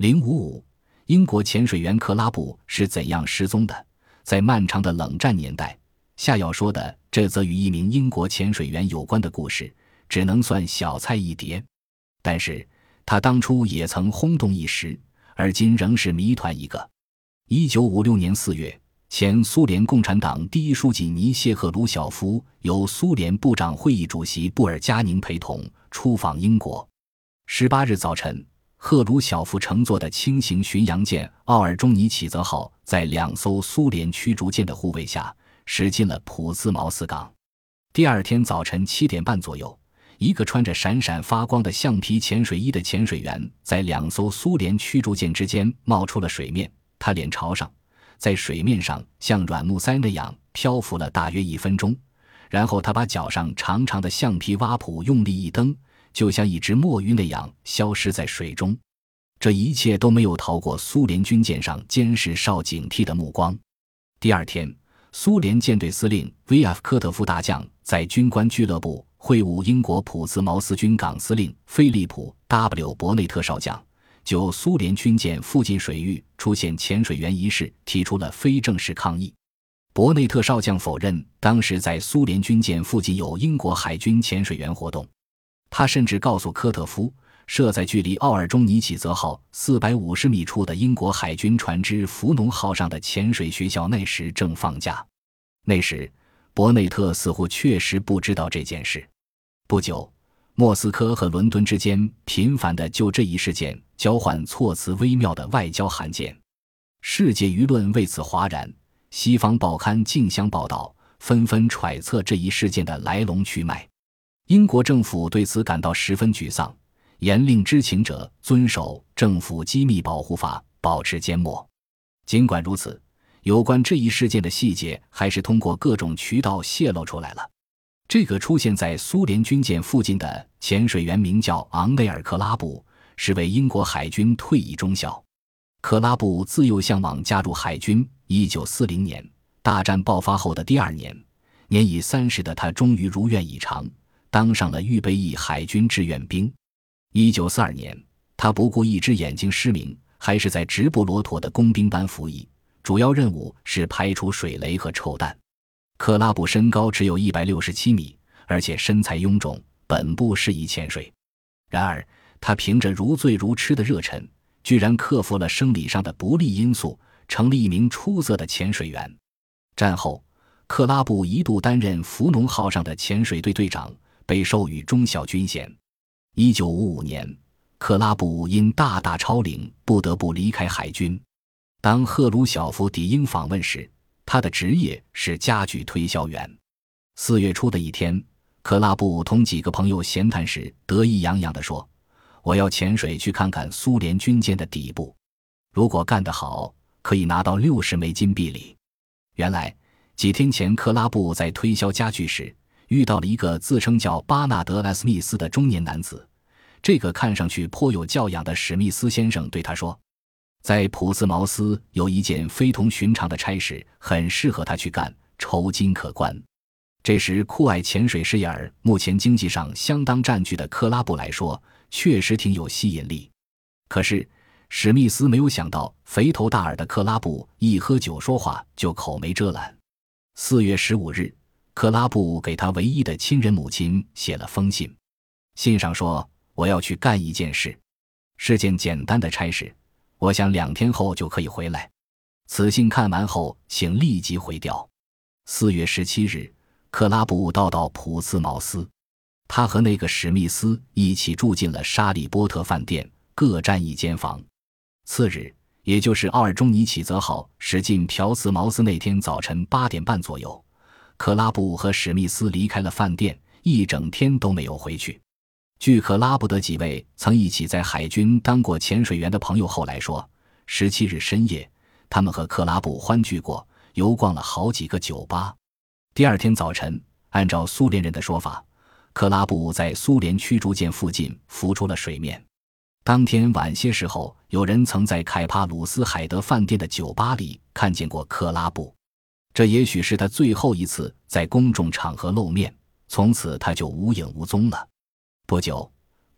055英国潜水员克拉布是怎样失踪的？在漫长的冷战年代，下要说的这则与一名英国潜水员有关的故事，只能算小菜一碟。但是，他当初也曾轰动一时，而今仍是谜团一个。1956年4月，前苏联共产党第一书记尼谢赫鲁晓夫由苏联部长会议主席布尔加宁陪同出访英国。18日早晨，赫鲁晓夫乘坐的轻型巡洋舰奥尔中尼启泽号在2艘苏联驱逐舰的护卫下驶进了普兹茅斯港。第二天早晨7点半左右，一个穿着闪闪发光的橡皮潜水衣的潜水员在2艘苏联驱逐舰之间冒出了水面，他脸朝上，在水面上像软木塞那样漂浮了大约1分钟，然后他把脚上长长的橡皮蛙蹼用力一蹬，就像一只墨鱼那样消失在水中。这一切都没有逃过苏联军舰上监视哨警惕的目光。第二天，苏联舰队司令 V.F. 科特夫大将在军官俱乐部会晤英国普兹茅斯军港司令菲利普 ·W. 伯内特少将，就苏联军舰附近水域出现潜水员一事提出了非正式抗议。伯内特少将否认当时在苏联军舰附近有英国海军潜水员活动。他甚至告诉科特夫，设在距离奥尔中尼启泽号450米处的英国海军船只福农号上的潜水学校那时正放假。那时，伯内特似乎确实不知道这件事。不久，莫斯科和伦敦之间频繁地就这一事件交换措辞微妙的外交函件。世界舆论为此哗然，西方报刊竞相报道，纷纷揣测这一事件的来龙去脉。英国政府对此感到十分沮丧，严令知情者遵守政府机密保护法，保持缄默。尽管如此，有关这一事件的细节还是通过各种渠道泄露出来了。这个出现在苏联军舰附近的潜水员名叫昂内尔·克拉布，是位英国海军退役中校。克拉布自幼向往加入海军。1940年大战爆发后的第2年，年已30的他终于如愿以偿，当上了预备役海军志愿兵。1942年，他不顾一只眼睛失明，还是在直布罗陀的工兵班服役，主要任务是排除水雷和臭弹。克拉布身高只有167米，而且身材臃肿，本不适宜潜水。然而，他凭着如醉如痴的热忱，居然克服了生理上的不利因素，成了一名出色的潜水员。战后，克拉布一度担任福农号上的潜水队队长，被授予中校军衔。1955年，克拉布因大超龄不得不离开海军。当赫鲁晓夫抵英访问时，他的职业是家具推销员。4月初的一天，克拉布同几个朋友闲谈时得意洋洋地说，我要潜水去看看苏联军舰的底部，如果干得好，可以拿到60枚金币里。原来几天前克拉布在推销家具时遇到了一个自称叫巴纳德·莱斯密斯的中年男子。这个看上去颇有教养的史密斯先生对他说，在普兹茅斯有一件非同寻常的差事，很适合他去干，酬金可观。这时酷爱潜水事业而目前经济上相当占据的克拉布来说，确实挺有吸引力。可是史密斯没有想到，肥头大耳的克拉布一喝酒说话就口没遮拦。4月15日，克拉布给他唯一的亲人母亲写了封信，信上说，我要去干一件事，是件简单的差事，我想2天后就可以回来。此信看完后请立即回调。4月17日，克拉布到普兹茅斯，他和那个史密斯一起住进了沙利波特饭店，各占一间房。次日，也就是奥尔中尼启泽号驶进朴茨茅斯那天早晨8点半左右，克拉布和史密斯离开了饭店，一整天都没有回去。据克拉布的几位曾一起在海军当过潜水员的朋友后来说，17日深夜，他们和克拉布欢聚过，游逛了好几个酒吧。第二天早晨，按照苏联人的说法，克拉布在苏联驱逐舰附近浮出了水面。当天晚些时候，有人曾在凯帕鲁斯海德饭店的酒吧里看见过克拉布，这也许是他最后一次在公众场合露面，从此他就无影无踪了。不久，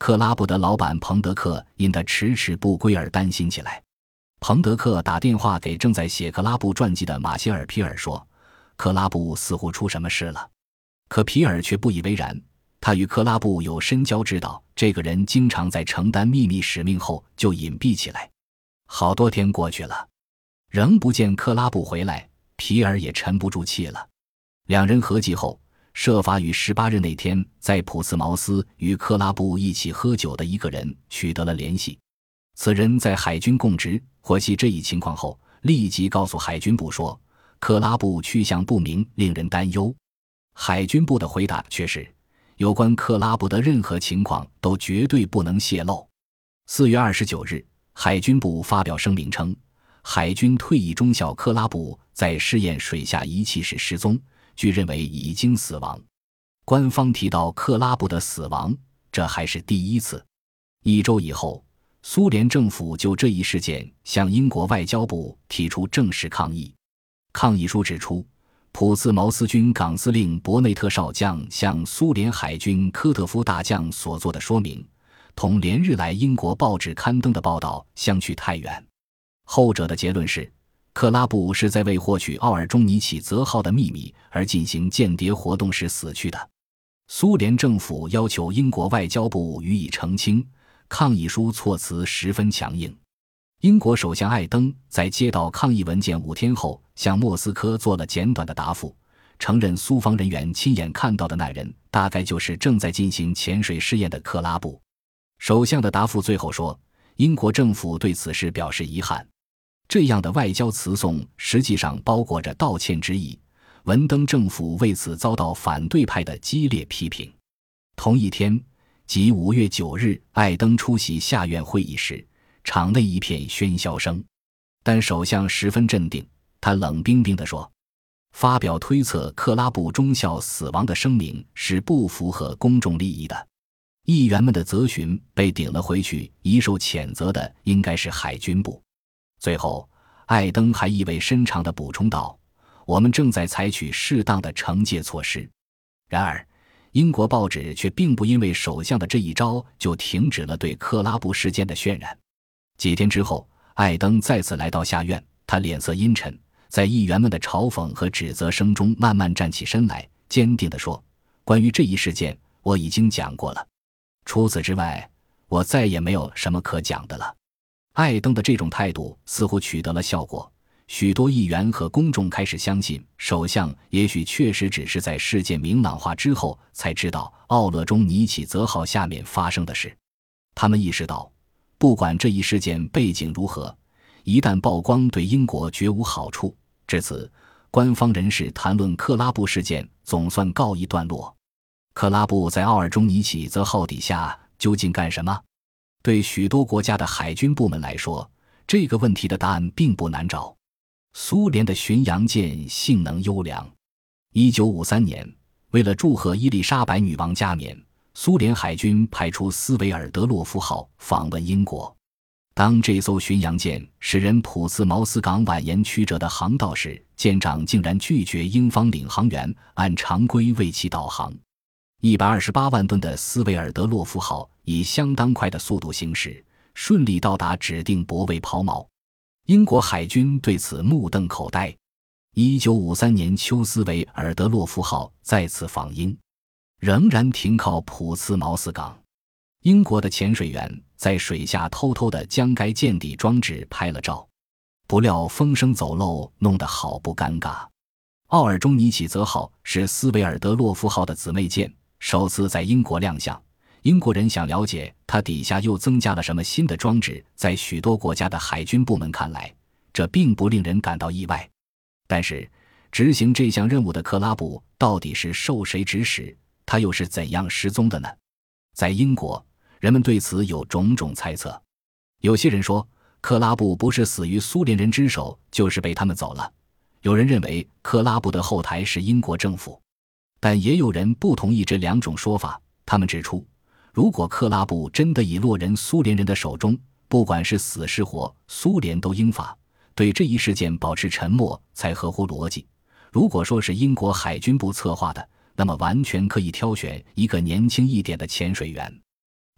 克拉布的老板彭德克因他迟迟不归而担心起来。彭德克打电话给正在写克拉布传记的马歇尔·皮尔说，克拉布似乎出什么事了。可皮尔却不以为然，他与克拉布有深交之道，这个人经常在承担秘密使命后就隐蔽起来。好多天过去了，仍不见克拉布回来，皮尔也沉不住气了。两人合计后，设法与18日那天在普茨茅斯与克拉布一起喝酒的一个人取得了联系。此人在海军供职，获悉这一情况后，立即告诉海军部说，克拉布去向不明，令人担忧。海军部的回答却是，有关克拉布的任何情况都绝对不能泄露。4月29日，海军部发表声明称，海军退役中校克拉布在试验水下仪器时失踪，据认为已经死亡。官方提到克拉布的死亡，这还是第一次。1周以后，苏联政府就这一事件向英国外交部提出正式抗议。抗议书指出，普茨茅斯军港司令伯内特少将向苏联海军科特夫大将所做的说明，同连日来英国报纸刊登的报道相去太远。后者的结论是，克拉布是在为获取奥尔中尼启泽号的秘密而进行间谍活动时死去的。苏联政府要求英国外交部予以澄清，抗议书措辞十分强硬。英国首相艾登在接到抗议文件5天后，向莫斯科做了简短的答复，承认苏方人员亲眼看到的那人大概就是正在进行潜水试验的克拉布。首相的答复最后说，英国政府对此事表示遗憾。这样的外交词颂实际上包裹着道歉之意，文登政府为此遭到反对派的激烈批评。同一天，即5月9日，艾登出席下院会议时，场内一片喧嚣声，但首相十分镇定，他冷冰冰地说，发表推测克拉布中校死亡的声明是不符合公众利益的。议员们的责询被顶了回去，一受谴责的应该是海军部。最后，艾登还意味深长地补充道，我们正在采取适当的惩戒措施。然而，英国报纸却并不因为首相的这一招就停止了对克拉布事件的渲染。几天之后，艾登再次来到下院，他脸色阴沉，在议员们的嘲讽和指责声中慢慢站起身来，坚定地说，关于这一事件我已经讲过了，除此之外我再也没有什么可讲的了。艾登的这种态度似乎取得了效果，许多议员和公众开始相信，首相也许确实只是在事件明朗化之后才知道奥勒中尼启泽号下面发生的事。他们意识到，不管这一事件背景如何，一旦曝光对英国绝无好处。至此，官方人士谈论克拉布事件总算告一段落。克拉布在奥尔中尼启泽号底下究竟干什么？对许多国家的海军部门来说，这个问题的答案并不难找。苏联的巡洋舰性能优良。1953年，为了祝贺伊丽莎白女王加冕，苏联海军派出斯维尔德洛夫号访问英国。当这艘巡洋舰使人普茨茅斯港蜿蜒曲折的航道时，舰长竟然拒绝英方领航员按常规为其导航。128万吨的斯维尔德洛夫号以相当快的速度行驶，顺利到达指定泊位抛锚。英国海军对此目瞪口呆。1953年秋，斯维尔德洛夫号再次访英，仍然停靠普茨茅斯港。英国的潜水员在水下偷偷地将该舰底装置拍了照，不料风声走漏，弄得好不尴尬。奥尔中尼启泽号是斯维尔德洛夫号的姊妹舰，首次在英国亮相。英国人想了解它底下又增加了什么新的装置，在许多国家的海军部门看来，这并不令人感到意外。但是，执行这项任务的克拉布到底是受谁指使？他又是怎样失踪的呢？在英国，人们对此有种种猜测。有些人说，克拉布不是死于苏联人之手，就是被他们走了。有人认为克拉布的后台是英国政府，但也有人不同意这两种说法。他们指出，如果克拉布真的已落人苏联人的手中，不管是死是活，苏联都应法，对这一事件保持沉默才合乎逻辑。如果说是英国海军部策划的，那么完全可以挑选一个年轻一点的潜水员。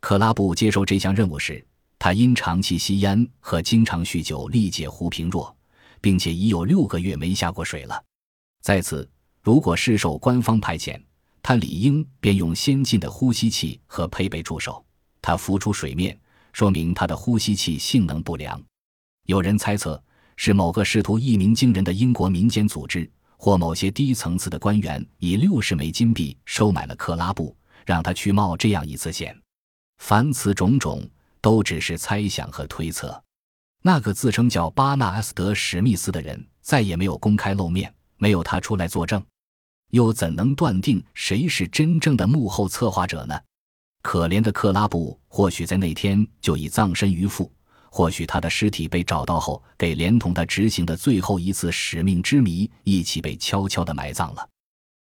克拉布接受这项任务时，他因长期吸烟和经常酗酒力解胡平弱，并且已有6个月没下过水了。在此，如果是受官方派遣，他理应便用先进的呼吸器和配备助手。他浮出水面，说明他的呼吸器性能不良。有人猜测，是某个试图一鸣惊人的英国民间组织，或某些低层次的官员以60枚金币收买了克拉布，让他去冒这样一次险。凡此种种都只是猜想和推测。那个自称叫巴纳斯德·史密斯的人再也没有公开露面，没有他出来作证，又怎能断定谁是真正的幕后策划者呢？可怜的克拉布或许在那天就已葬身鱼腹，或许他的尸体被找到后，给连同他执行的最后一次使命之谜一起被悄悄地埋葬了。